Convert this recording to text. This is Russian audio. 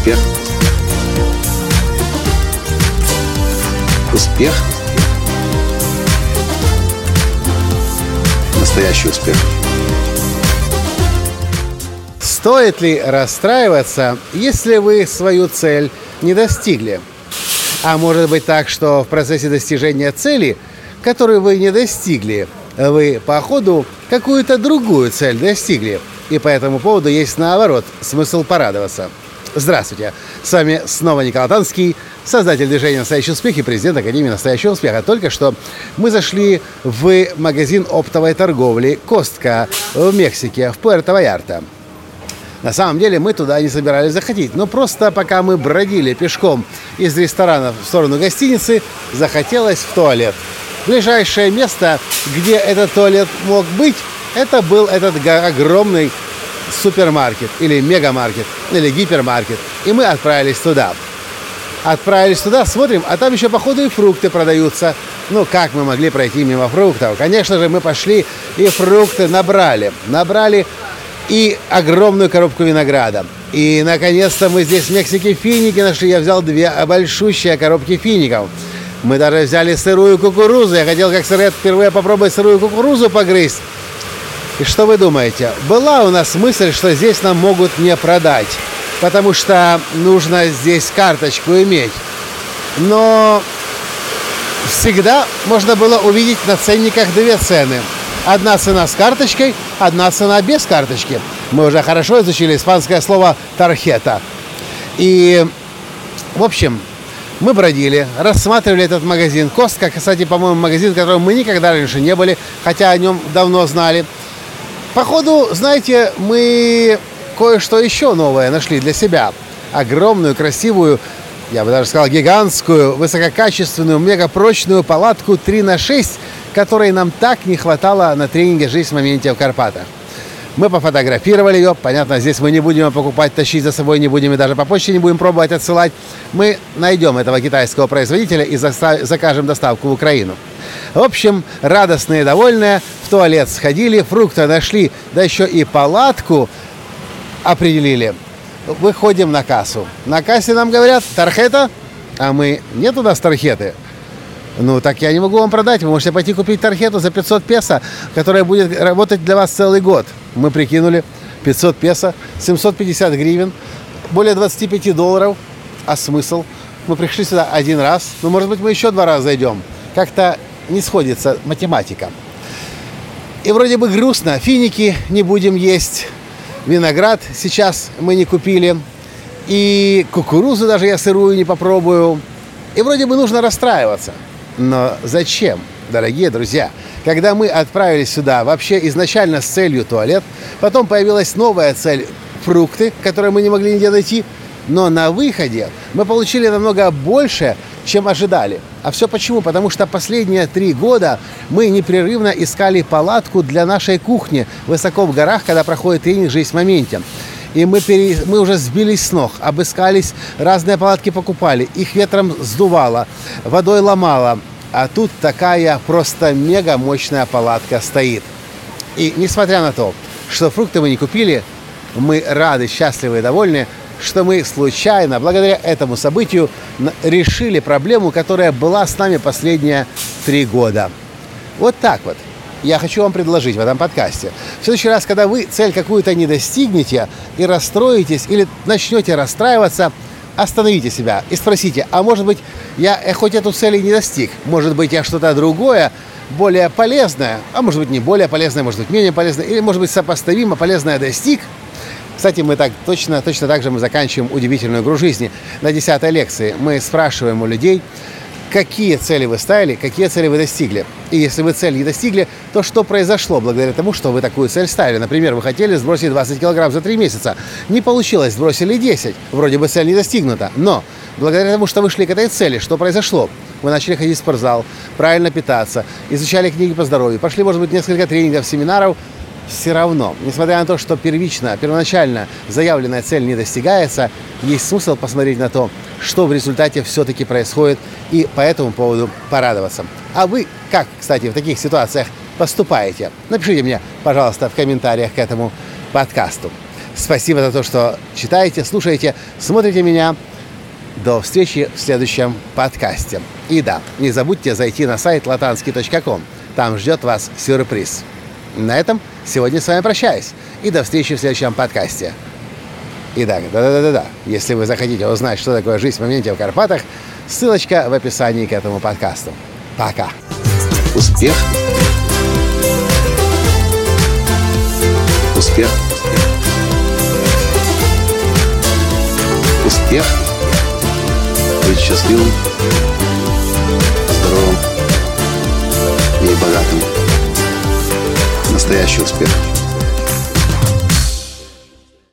Успех. Успех. Настоящий успех. Стоит ли расстраиваться, если вы свою цель не достигли? А может быть так, что в процессе достижения цели, которую вы не достигли, вы по ходу какую-то другую цель достигли, и по этому поводу есть, наоборот, смысл порадоваться. Здравствуйте! С вами снова Николай Танский, создатель движения «Настоящий успех» и президент Академии «Настоящего успеха». Только что мы зашли в магазин оптовой торговли «Костка» в Мексике, в Пуэрто-Вальярта. На самом деле мы туда не собирались заходить, но просто пока мы бродили пешком из ресторана в сторону гостиницы, захотелось в туалет. Ближайшее место, где этот туалет мог быть, это был этот огромный супермаркет, или мегамаркет, или гипермаркет. И мы отправились туда. Смотрим, а там еще, походу, и фрукты продаются. Ну, как мы могли пройти мимо фруктов? Конечно же, мы пошли и фрукты набрали. Набрали и огромную коробку винограда. И, наконец-то, мы здесь в Мексике финики нашли. Я взял 2 большущие коробки фиников. Мы даже взяли сырую кукурузу. Я хотел, как сырет, впервые попробовать сырую кукурузу погрызть. И что вы думаете? Была у нас мысль, что здесь нам могут не продать, потому что нужно здесь карточку иметь. Но всегда можно было увидеть на ценниках 2 цены. Одна цена с карточкой, одна цена без карточки. Мы уже хорошо изучили испанское слово «тархета». И, в общем, мы бродили, рассматривали этот магазин. Костка, кстати, по-моему, магазин, в котором мы никогда раньше не были, хотя о нем давно знали. Походу, знаете, мы кое-что еще новое нашли для себя. Огромную, красивую, я бы даже сказал, гигантскую, высококачественную, мегапрочную палатку 3х6, которой нам так не хватало на тренинге «Жизнь в моменте» в Карпатах. Мы пофотографировали ее. Понятно, здесь мы не будем ее покупать, тащить за собой не будем и даже по почте не будем пробовать отсылать. Мы найдем этого китайского производителя и закажем доставку в Украину. В общем, радостные, довольные, в туалет сходили, фрукты нашли, да еще и палатку определили. Выходим на кассу. На кассе нам говорят «тархета», а мы «нет у нас тархеты». Ну, так я не могу вам продать. Вы можете пойти купить тархету за 500 песо, которая будет работать для вас целый год. Мы прикинули, 500 песо, 750 гривен, более $25. А смысл? Мы пришли сюда один раз. Ну, может быть, мы еще 2 раза зайдем. Как-то не сходится математика. И вроде бы грустно. Финики не будем есть. Виноград сейчас мы не купили. И кукурузу даже я сырую не попробую. И вроде бы нужно расстраиваться. Но зачем, дорогие друзья? Когда мы отправились сюда вообще изначально с целью туалет, потом появилась новая цель – фрукты, которые мы не могли нигде найти, но на выходе мы получили намного больше, чем ожидали. А все почему? Потому что последние 3 года мы непрерывно искали палатку для нашей кухни высоко в горах, когда проходит тренинг «Жизнь в моменте». И мы уже сбились с ног, обыскались, разные палатки покупали, их ветром сдувало, водой ломало. А тут такая просто мега мощная палатка стоит. И несмотря на то, что фрукты мы не купили, мы рады, счастливы и довольны, что мы случайно, благодаря этому событию, решили проблему, которая была с нами последние 3 года. Вот так вот. Я хочу вам предложить в этом подкасте. В следующий раз, когда вы цель какую-то не достигнете и расстроитесь или начнете расстраиваться, остановите себя и спросите, а может быть, я хоть эту цель и не достиг, может быть, я что-то другое, более полезное, а может быть, не более полезное, может быть, менее полезное, или, может быть, сопоставимо полезное достиг. Кстати, мы точно так же мы заканчиваем удивительную игру жизни. На 10-й лекции мы спрашиваем у людей, какие цели вы ставили, какие цели вы достигли. И если вы цель не достигли, то что произошло благодаря тому, что вы такую цель ставили? Например, вы хотели сбросить 20 килограмм за 3 месяца. Не получилось, сбросили 10. Вроде бы цель не достигнута. Но благодаря тому, что вы шли к этой цели, что произошло? Вы начали ходить в спортзал, правильно питаться, изучали книги по здоровью, прошли, может быть, несколько тренингов, семинаров. Все равно, несмотря на то, что первоначально заявленная цель не достигается, есть смысл посмотреть на то, что в результате все-таки происходит, и по этому поводу порадоваться. А вы как, кстати, в таких ситуациях поступаете? Напишите мне, пожалуйста, в комментариях к этому подкасту. Спасибо за то, что читаете, слушаете, смотрите меня. До встречи в следующем подкасте. И да, не забудьте зайти на сайт latansky.com. Там ждет вас сюрприз. На этом сегодня с вами прощаюсь. И до встречи в следующем подкасте. И да, если вы захотите узнать, что такое жизнь в моменте в Карпатах, ссылочка в описании к этому подкасту. Пока. Успех. Успех. Успех. Быть счастливым, здоровым и богатым. Настоящий успех.